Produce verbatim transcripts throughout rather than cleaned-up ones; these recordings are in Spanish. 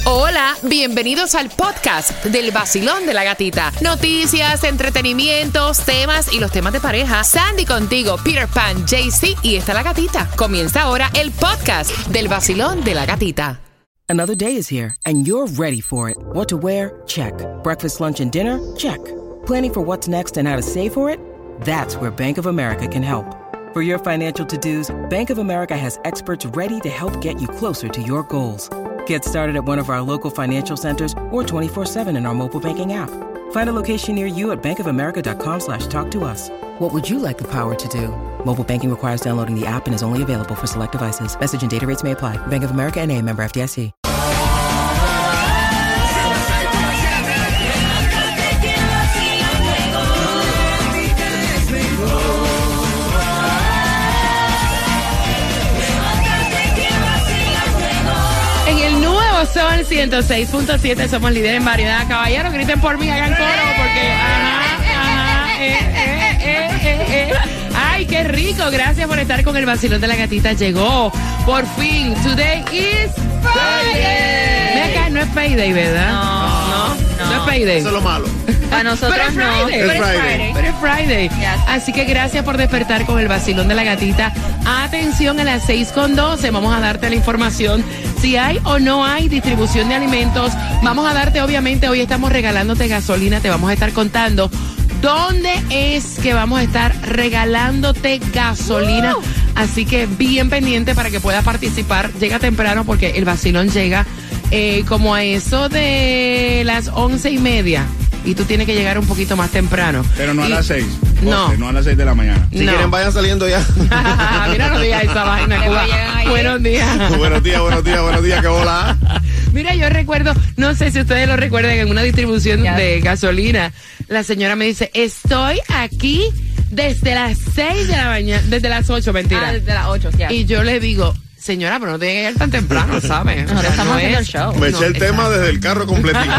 Hola, bienvenidos al podcast del Vacilón de la Gatita. Noticias, entretenimientos, temas y los temas de pareja. Sandy contigo, Peter Pan, Jaycee y está la gatita. Comienza ahora el podcast del Vacilón de la Gatita. Another day is here and you're ready for it. What to wear? Check. Breakfast, lunch, and dinner? Check. Planning for what's next and how to save for it? That's where Bank of America can help. For your financial to-dos, Bank of America has experts ready to help get you closer to your goals. Get started at one of our local financial centers or twenty-four seven in our mobile banking app. Find a location near you at bankofamerica.com slash talk to us. What would you like the power to do? Mobile banking requires downloading the app and is only available for select devices. Message and data rates may apply. Bank of America N A, member F D I C. Son ciento seis punto siete, somos líderes en variedad. Caballeros, griten por mí, hagan coro, porque ajá, ajá, eh, eh, eh, eh, eh. Ay, qué rico, gracias por estar con el Vacilón de la Gatita. Llegó, por fin, today is Friday. Ve acá, no es payday, ¿verdad? No, no, no, no es payday. Eso es lo malo. Para nosotros pero es Friday, no. pero es Friday. Pero es Friday. Yes. Así que gracias por despertar con el Vacilón de la Gatita. Atención, a las seis con doce vamos a darte la información si hay o no hay distribución de alimentos. Vamos a darte, obviamente, hoy estamos regalándote gasolina, te vamos a estar contando dónde es que vamos a estar regalándote gasolina. Uh. Así que bien pendiente para que puedas participar. Llega temprano porque el Vacilón llega eh, como a eso de las once y media. Y tú tienes que llegar un poquito más temprano. Pero no y, a las seis. No. doce, no a las seis de la mañana. Si no. quieren, vayan saliendo ya. Mira los días esa vaina. Buenos días. Buenos días, buenos días, buenos días, qué bola. Mira, yo recuerdo, no sé si ustedes lo recuerdan, en una distribución yeah. de gasolina, la señora me dice, estoy aquí desde las seis de la mañana, desde las ocho, mentira. Ah, desde las ocho, ya. Y yo le digo, señora, pero no tiene que llegar tan temprano, ¿sabes? Nosotros estamos no haciendo es, el show. Me no, eché el exacto. tema desde el carro completico.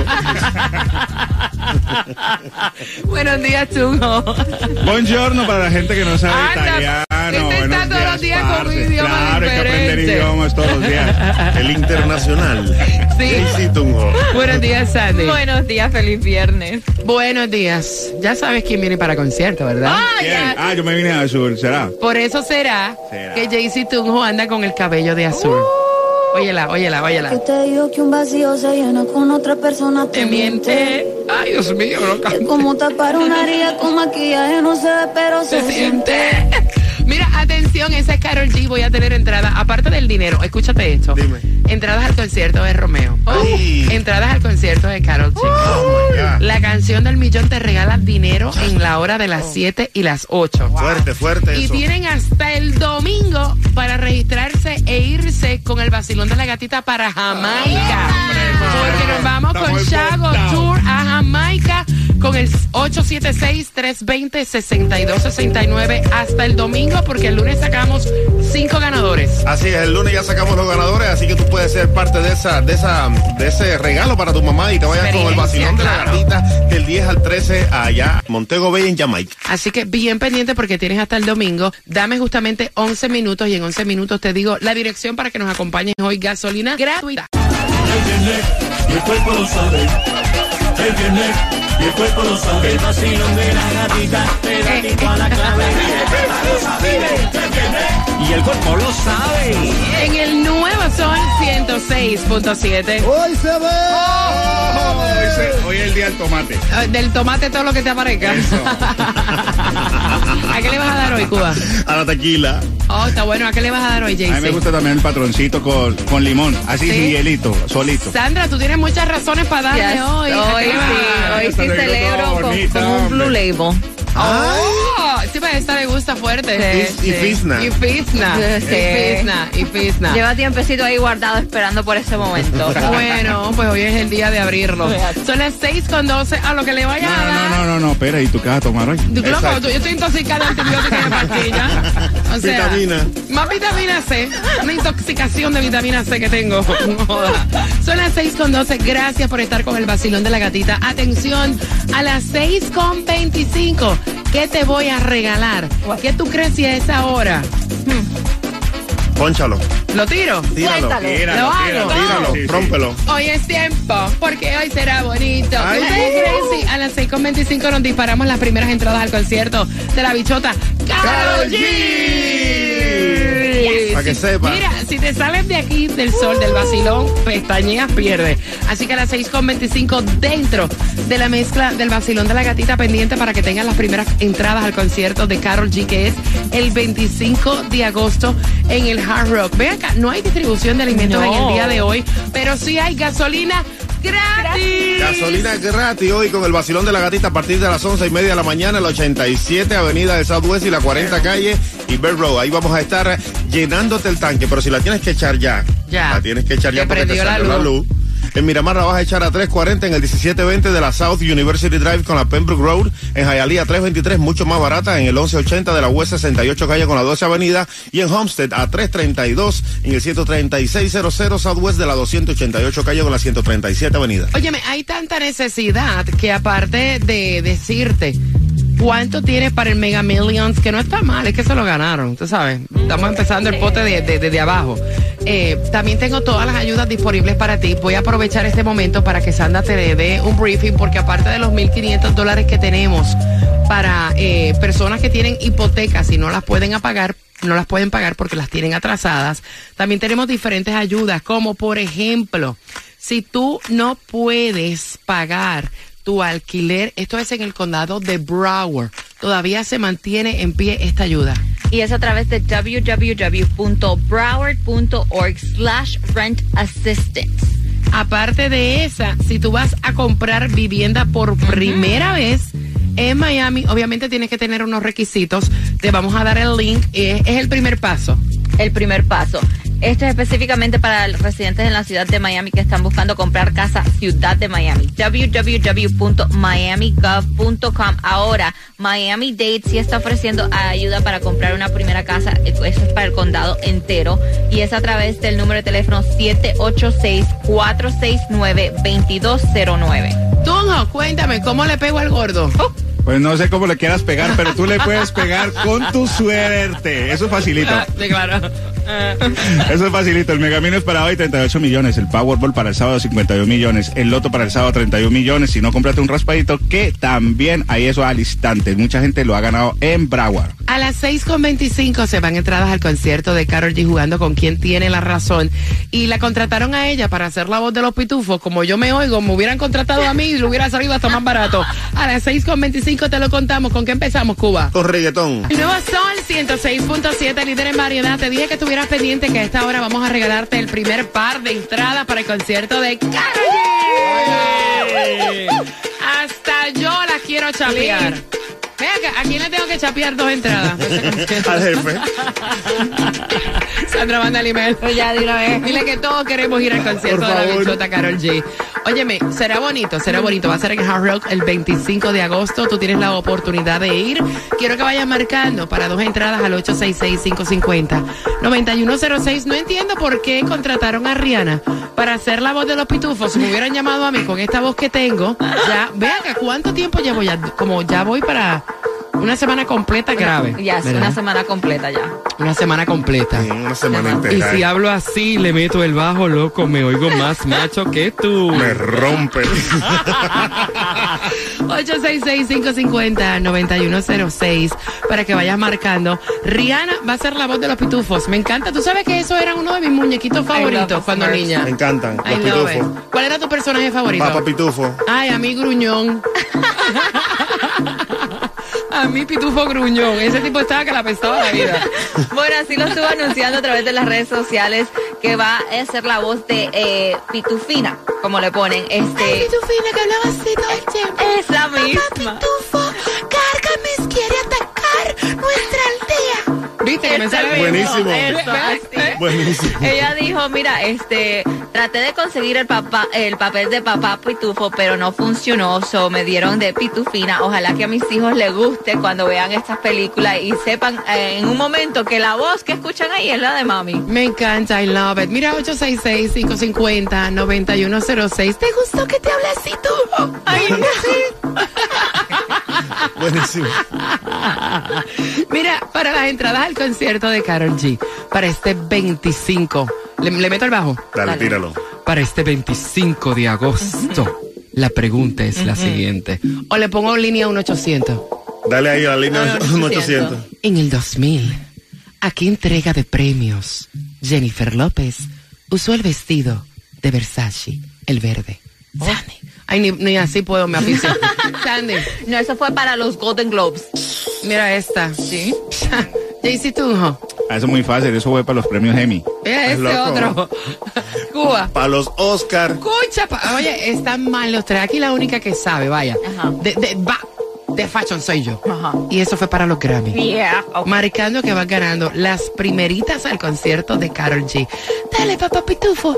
Buenos días, Tunjo. Buongiorno para la gente que no sabe Anda, italiano. este Buenos está todos los días con un parce. idioma Claro, hay que aprender diferente. idiomas todos los días. El internacional. Sí. Sí, Tunjo. Buenos días, Sandy. Buenos días, feliz viernes. Buenos días. Ya sabes quién viene para concierto, ¿verdad? Ah, ¿Quién? ya. Ah, yo me vine a azul, ¿será? Por eso será, Será. que Jaycee Tunjo anda con el cabello de azul. Óyela, óyela, óyela. Que te digo que un vacío se llena con otra persona. Te miente. Ay, Dios mío, no Es canto. como tapar una herida con maquillaje, no se ve, pero se, Se siente. Mira, atención, esa es Karol G. Voy a tener entrada, aparte del dinero, escúchate esto. Dime. Entradas al concierto de Romeo. Ay. Entradas al concierto de Karol G. Oh, my God. La canción del millón te regala dinero en la hora de las siete y las ocho. Fuerte, fuerte Y eso. tienen hasta el domingo para registrarse e irse con el Vacilón de la Gatita para Jamaica. Porque nos vamos con Estamos Shago importados. Tour a Jamaica con el ocho siete seis, tres dos cero, seis dos seis nueve hasta el domingo, porque el lunes sacamos cinco ganadores. Así es, el lunes ya sacamos los ganadores, así que tú puedes ser parte de esa, de esa, de ese regalo para tu mamá y te vayas con el Vacilón de la Claro. Gatita del diez al trece allá en Montego Bay en Jamaica. Así que bien pendiente porque tienes hasta el domingo. Dame justamente once minutos y en once minutos te digo la dirección para que nos acompañes hoy. Gasolina gratuita. Y el cuerpo lo sabe, el viernes, y el cuerpo lo sabe, el vacilón de la gatita, pegadito a la clave, y el cuerpo lo sabe. En el nuevo Sol ciento seis punto siete. ¡Hoy se ve! Oh, hoy, se- hoy es el día del tomate. Ah, Del tomate todo lo que te aparezca. Eso. ¿A qué le vas a dar hoy, Cuba? A la tequila. Oh, está bueno. ¿A qué le vas a dar hoy, A mí me Jaycee? gusta también el patroncito con, con limón, así ¿Sí? sin hielito, solito. Sandra, tú tienes muchas razones para darle Yes. hoy. ¿A Hoy qué le vas a sí, dar? hoy sí Esta negrita celebro con, bonita, con un Blue hombre. Label. Oh, sí, para esta le gusta fuerte. Sí, Y sí. fisna. Y fisna. Sí. Y fisna. Y fisna. Lleva tiempecito ahí guardado esperando por ese momento. Bueno, pues hoy es el día de abrirlo. Son las seis con doce. A lo que le vaya No, a no, dar. no, no, no, no, espera, ¿y tú qué vas a tomar hoy? Loco, Exacto. yo estoy intoxicada de antibióticos y de pastillas. O sea, Vitamina. más vitamina C. Una intoxicación de vitamina C que tengo. No joda. Son las seis con doce. Gracias por estar con el Vacilón de la Gatita. Atención, a las seis con veinticinco. ¿Qué te voy a regalar? ¿Qué tú crees si a esa hora? Hmm. Pónchalo. ¿Lo tiro? Tíralo. Suéltalo. Tíralo, ¿Lo hago? tíralo, tíralo, Sí, sí. rómpelo. Hoy es tiempo, porque hoy será bonito. Ay. ¿Ustedes creen? Sí, a las seis con veinticinco nos disparamos las primeras entradas al concierto de la bichota Karol G. Para que Si- sepa. Mira, si te sales de aquí del sol, del vacilón, pestañeas, pierdes. Así que a las seis con veinticinco dentro de la mezcla del vacilón de la gatita, pendiente para que tengan las primeras entradas al concierto de Karol G, que es el veinticinco de agosto en el Hard Rock. Ven acá, no hay distribución de alimentos No. en el día de hoy, pero sí hay gasolina gratis. Gasolina gratis hoy con el vacilón de la gatita a partir de las once y media de la mañana, la ochenta y siete Avenida del Southwest y la cuarenta Calle y Bell Road. Ahí vamos a estar llenándote el tanque, pero si la tienes que echar ya, Ya. la tienes que echar Que ya porque te prendió la salió la luz. luz. En Miramar la vas a echar a tres cuarenta, en el diecisiete veinte de la South University Drive con la Pembroke Road, en Hialeah tres veintitrés, mucho más barata, en el once ochenta de la West sesenta y ocho Calle con la doce Avenida, y en Homestead a tres treinta y dos, en el ciento treinta y seis cero cero Southwest de la doscientos ochenta y ocho Calle con la ciento treinta y siete Avenida. Óyeme, hay tanta necesidad que aparte de decirte cuánto tienes para el Mega Millions, que no está mal, es que se lo ganaron, tú sabes. Estamos empezando el pote de, de, de, de abajo. Eh, también tengo todas las ayudas disponibles para ti. Voy a aprovechar este momento para que Sandra te dé un briefing, porque aparte de los mil quinientos dólares que tenemos para eh, personas que tienen hipotecas y no las pueden pagar, no las pueden pagar porque las tienen atrasadas, también tenemos diferentes ayudas, como por ejemplo, si tú no puedes pagar tu alquiler, esto es en el condado de Broward, todavía se mantiene en pie esta ayuda. Y es a través de www.broward.org slash rent assistance. Aparte de esa, si tú vas a comprar vivienda por primera vez en Miami, obviamente tienes que tener unos requisitos. Te vamos a dar el link, es, es el primer paso. El primer paso. Esto es específicamente para los residentes en la ciudad de Miami que están buscando comprar casa Ciudad de Miami. www punto miami gov punto com. Ahora, Miami-Dade sí está ofreciendo ayuda para comprar una primera casa. Eso es para el condado entero. Y es a través del número de teléfono siete ocho seis, cuatro seis nueve, dos dos cero nueve. Tunjo, cuéntame, ¿cómo le pego al gordo? Pues no sé cómo le quieras pegar, pero tú le puedes pegar con tu suerte. Eso facilito. Ah, sí, claro. Eso es facilito. El Megamillions para hoy, treinta y ocho millones. El Powerball para el sábado, cincuenta y un millones. El Loto para el sábado, treinta y un millones. Si no, cómprate un raspadito, que también hay eso al instante. Mucha gente lo ha ganado en Broward. A las seis con veinticinco se van entradas al concierto de Karol G jugando con Quien Tiene la Razón. Y la contrataron a ella para hacer la voz de los pitufos. Como yo me oigo, me hubieran contratado a mí y lo hubiera salido hasta más barato. A las seis con veinticinco te lo contamos. ¿Con qué empezamos, Cuba? Con reggaetón. El nuevo Sol ciento seis punto siete, líder en variedad. Te dije que estuvieras pendiente que a esta hora vamos a regalarte el primer par de entradas para el concierto de Karol G. Hasta yo las quiero chapear. Ven acá, ¿a quién le tengo que chapear dos entradas? Al jefe. Sandra, manda el email. Pues ya, de una vez. Dile que todos queremos ir al concierto Por de la favor. bichota Karol G. Óyeme, será bonito, será bonito. Va a ser en Hard Rock el veinticinco de agosto. Tú tienes la oportunidad de ir. Quiero que vayas marcando para dos entradas al ocho seis seis, cinco cinco cero, nueve uno cero seis. No entiendo por qué contrataron a Rihanna para hacer la voz de los pitufos. Si me hubieran llamado a mí con esta voz que tengo, ya, ve acá, ¿cuánto tiempo llevo ya? Como ya voy para una semana completa grave. Ya, es ¿verdad? una semana completa ya. Una semana completa. Sí, una semana Y entera. si hablo así, le meto el bajo, loco, me oigo más macho que tú. Me rompe. ocho seis seis, cinco cinco cero, nueve uno cero seis para que vayas marcando. Rihanna va a ser la voz de los pitufos. Me encanta. Tú sabes que eso era uno de mis muñequitos favoritos cuando Smurfs. niña. Me encantan I los love pitufos. it. ¿Cuál era tu personaje favorito? Papa Pitufo. Ay, a mí Gruñón. A mí Pitufo Gruñón. Ese tipo estaba que la apestaba la vida. Bueno, así lo estuvo anunciando a través de las redes sociales que va a ser la voz de eh, Pitufina, como le ponen. Este, Pitufina que hablaba así todo el tiempo. es la misma. Pitufo, Gargamel quiere atacar nuestra aldea. ¿Viste que me Este sale Buenísimo. Eso, así. Buenísimo. Ella dijo, mira, este, traté de conseguir el papá, el papel de papá Pitufo, pero no funcionó, so me dieron de Pitufina. Ojalá que a mis hijos les guste cuando vean estas películas y sepan eh, en un momento que la voz que escuchan ahí es la de mami. Me encanta, I love it. Mira, ocho seis seis, cinco cinco cero, nueve uno cero seis. ¿Te gustó que te hable así tú? Ay, sí. Buenísimo. Mira, para las entradas al concierto de Karol G, para este veinticinco, ¿le, le meto el bajo? Dale, Dale, tíralo. Para este veinticinco de agosto, la pregunta es uh-huh. la siguiente. O le pongo línea uno ochocientos. Dale ahí a la línea no, uno ochocientos. En el dos mil, ¿a qué entrega de premios Jennifer López usó el vestido de Versace, el verde? Oh. Sandy. Ay, ni, ni así puedo, me aficiono. Sandy. No, eso fue para los Golden Globes. Mira esta. Sí. Jaycee Tunjo. Eso es muy fácil, eso fue para los premios Emmy. Mira este otro. Cuba. Para los Oscar. Escucha, pa, oye, están mal los tres. Aquí la única que sabe, vaya. Ajá. De, de, va. De fashion soy yo. Ajá. Y eso fue para los Grammy. Yeah, okay. Marcando que vas ganando las primeritas al concierto de Karol G. Dale, papá pitufo.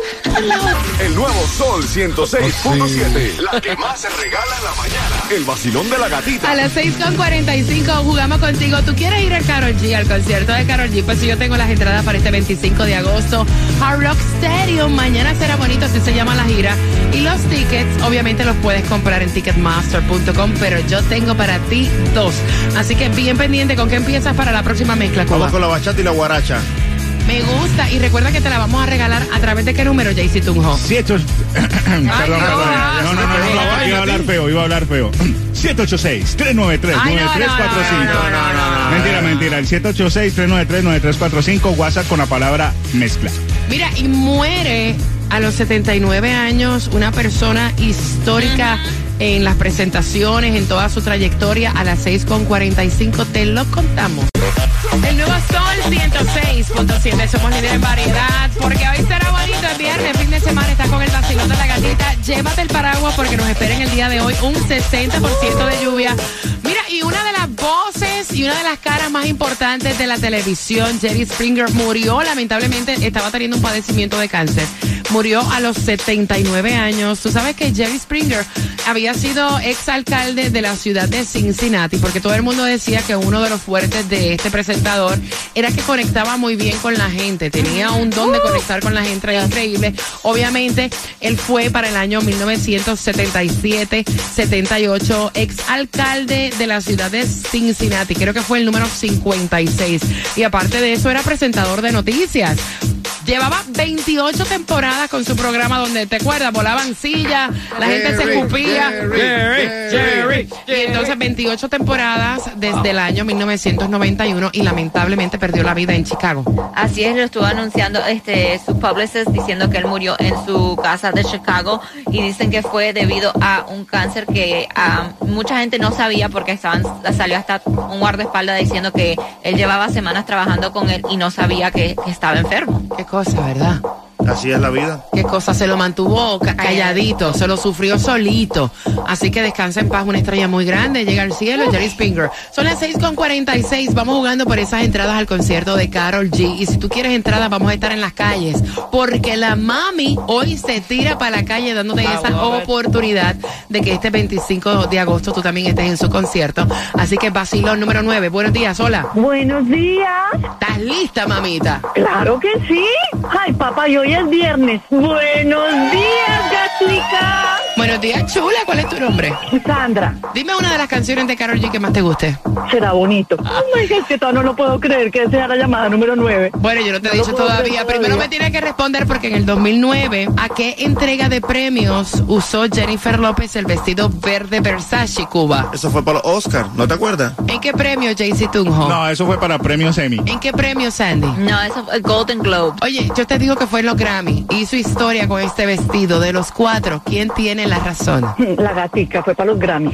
El nuevo Sol ciento seis punto siete. La que más se regala en la mañana. El vacilón de la gatita. A las seis con cuarenta y cinco jugamos contigo. ¿Tú quieres ir a Karol G, al concierto de Karol G? Pues yo tengo las entradas para este veinticinco de agosto. Hard Rock Stadium. Mañana será bonito, así se llama la gira. Y los tickets, obviamente los puedes comprar en ticketmaster punto com, pero yo tengo para Para ti dos. Así que bien pendiente. ¿Con qué empiezas para la próxima mezcla, Cuba? Vamos con la bachata y la guaracha. Me gusta. Y recuerda que te la vamos a regalar a través de qué número, Jaycee Tunjo. siete ocho Perdón, perdón. No, no, no, no, iba a hablar feo, iba a hablar feo. siete ocho seis, tres nueve tres, nueve tres cuatro cinco. No, no, no, no. Mentira, mentira. El siete ocho seis, tres nueve tres, nueve tres cuatro cinco. WhatsApp con la palabra mezcla. Mira, y muere a los setenta y nueve años una persona histórica en las presentaciones, en toda su trayectoria. A las seis con cuarenta y cinco te lo contamos. El nuevo Sol ciento seis punto siete, somos líderes en variedad, porque hoy será bonito, el viernes, fin de semana, está con el vacilón de la gatita. Llévate el paraguas porque nos espera en el día de hoy un sesenta por ciento de lluvia. Mira, y una de las voces y una de las caras más importantes de la televisión, Jerry Springer, murió, lamentablemente estaba teniendo un padecimiento de cáncer. Murió a los setenta y nueve años. Tú sabes que Jerry Springer había sido exalcalde de la ciudad de Cincinnati, porque todo el mundo decía que uno de los fuertes de este presentador era que conectaba muy bien con la gente, tenía un don de conectar con la gente increíble. Obviamente, él fue para el año mil novecientos setenta y siete, setenta y ocho exalcalde de la ciudad de Cincinnati, creo que fue el número cincuenta y seis. Y aparte de eso, era presentador de noticias. Llevaba veintiocho temporadas con su programa donde, ¿te acuerdas? Volaban sillas, la Jerry, gente se escupía. Jerry, Jerry, Jerry, Jerry. Y entonces veintiocho temporadas desde el año mil novecientos noventa y uno y lamentablemente perdió la vida en Chicago. Así es, lo estuvo anunciando este sus publicists diciendo que él murió en su casa de Chicago y dicen que fue debido a un cáncer que uh, mucha gente no sabía porque estaban, salió hasta un guardaespaldas diciendo que él llevaba semanas trabajando con él y no sabía que, que estaba enfermo. Qué cosa, ¿verdad? Así es la vida. Qué cosa, se lo mantuvo ca- calladito, se lo sufrió solito. Así que descansa en paz, una estrella muy grande, llega al cielo, Jerry Springer. Son las seis con cuarenta y seis, vamos jugando por esas entradas al concierto de Karol G. Y si tú quieres entradas, vamos a estar en las calles, porque la mami hoy se tira para la calle dándote esa oportunidad de que este veinticinco de agosto tú también estés en su concierto. Así que vacilón número nueve. Buenos días, hola. Buenos días. ¿Estás lista, mamita? Claro que sí. Ay, papá, y hoy es viernes. Buenos días, gatica. Buenos días, chula. ¿Cuál es tu nombre? Sandra. Dime una de las canciones de Karol G que más te guste. Será bonito. Oh my God, que todavía no lo puedo creer que sea la llamada número nueve. Bueno, yo no te he No dicho lo puedo todavía. creer Primero todavía. me tienes que responder porque en el dos mil nueve, ¿a qué entrega de premios usó Jennifer López el vestido verde Versace, Cuba? Eso fue para los Oscar, ¿no te acuerdas? ¿En qué premio, Jaycee Tunjo? No, eso fue para premios Emmy. ¿En qué premio, Sandy? No, eso fue el Golden Globe. Oye, yo te digo que fue en los Grammy. Y su historia con este vestido de los cuatro, ¿quién tiene la razón? La gatica fue para los Grammys.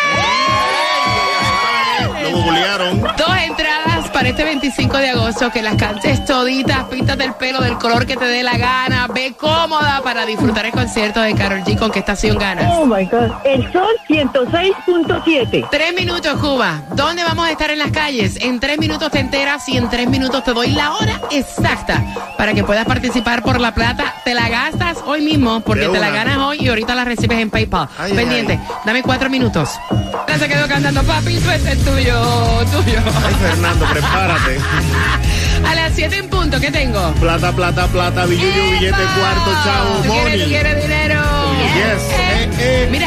Lo googlearon. Dos entradas para este veinticinco de agosto, que las cantes toditas, píntate el pelo del color que te dé la gana, ve cómoda para disfrutar el concierto de Karol G. ¿Con qué estación ganas? Oh my God. El Sol ciento seis punto siete. Tres minutos, Cuba. ¿Dónde vamos a estar en las calles? En tres minutos te enteras y en tres minutos te doy la hora exacta para que puedas participar por la plata. Te la gastas hoy mismo porque De te la una. ganas hoy y ahorita la recibes en PayPal. Ay, Pendiente. ay. Dame cuatro minutos. Ya se quedó cantando, papito, ese es tuyo, tuyo. Ay, Fernando, prepárate. A las siete en punto, ¿qué tengo? Plata, plata, plata, billullo, billete, ¡Epa! cuarto, chavo, ¿Tú quieres, tú money. quieres dinero? Yes. Eh, Eh, eh. Mira, el dinero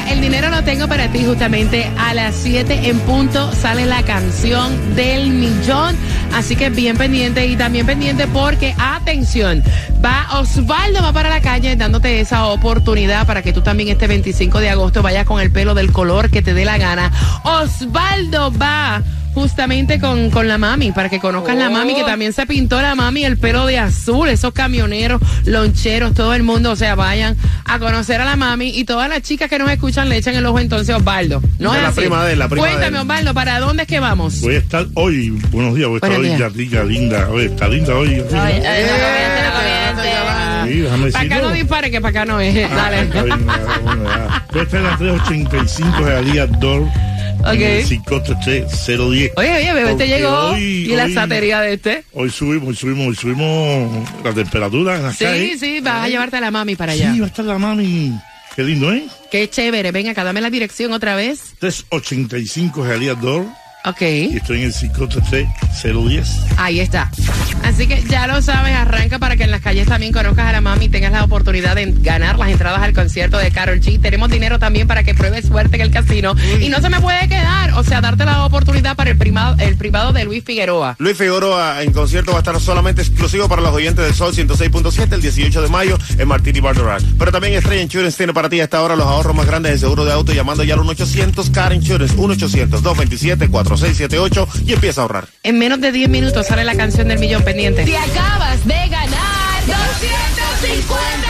dinero lo tengo para ti justamente a las siete en punto. Sale la canción del millón. Así que bien pendiente y también pendiente porque, atención, va Osvaldo va para la calle dándote esa oportunidad para que tú también este veinticinco de agosto vayas con el pelo del color que te dé la gana. Osvaldo va justamente con, con la mami, para que conozcan oh. la mami, que también se pintó la mami el pelo de azul, esos camioneros, loncheros, todo el mundo, o sea, vayan a conocer a la mami y todas las chicas que nos escuchan le echan el ojo entonces a Osvaldo. No es la así. Prima de él, la prima Cuéntame, de él. Osvaldo, ¿para dónde es que vamos? Voy a estar hoy, buenos días, voy a estar Buenos hoy, Yatica, linda, oye, está linda hoy. Ay, ay, no comience, no comience. Sí, déjame Para acá decirlo. no dispare, que para acá no es. Ah, Dale. está bien, ya, bueno, ya. Voy a estar en la tres ochenta y cinco de la Día Dor. Ok. cinco tres cero diez. Oye, oye, bebé, este Porque llegó. hoy- ¿Y la hoy- satería de este? Hoy subimos, hoy subimos, hoy subimos la temperatura en la Sí, calle. sí, vas a llevarte a la mami para allá. Sí, va a estar la mami. Qué lindo, ¿eh? Qué chévere. Venga, acá dame la dirección otra vez. tres ochenta y cinco de la Día Dor. Ok. Y estoy en el cinco tres cero diez. Ahí está. Así que ya lo sabes, arranca para que en las calles también conozcas a la mami y tengas la oportunidad de ganar las entradas al concierto de Karol G. Tenemos dinero también para que pruebes suerte en el casino. Y no se me puede quedar, o sea, darte la oportunidad para el, primado, el privado de Luis Figueroa. Luis Figueroa en concierto va a estar solamente exclusivo para los oyentes del Sol ciento seis punto siete el dieciocho de mayo en Martini Bardoral. Pero también Estrella Insurance tiene para ti a esta hora los ahorros más grandes en seguro de auto, llamando ya al uno ochocientos Car Insurance, uno ochocientos dos veintisiete cuatro seis siete ocho y empieza a ahorrar. En menos de diez minutos sale la canción del millón pendiente. Te acabas de ganar doscientos cincuenta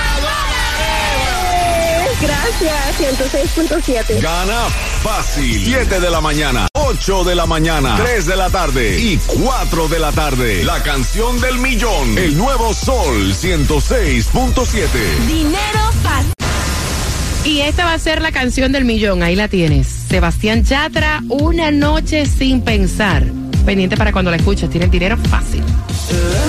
dólares. Gracias, ciento seis punto siete. Gana fácil. siete de la mañana, ocho de la mañana, tres de la tarde y cuatro de la tarde. La canción del millón. El nuevo Sol ciento seis punto siete. Dinero fácil. Y esta va a ser la canción del millón, ahí la tienes. Sebastián Yatra, Una noche sin pensar. Pendiente para cuando la escuches, tienes dinero fácil. Eh,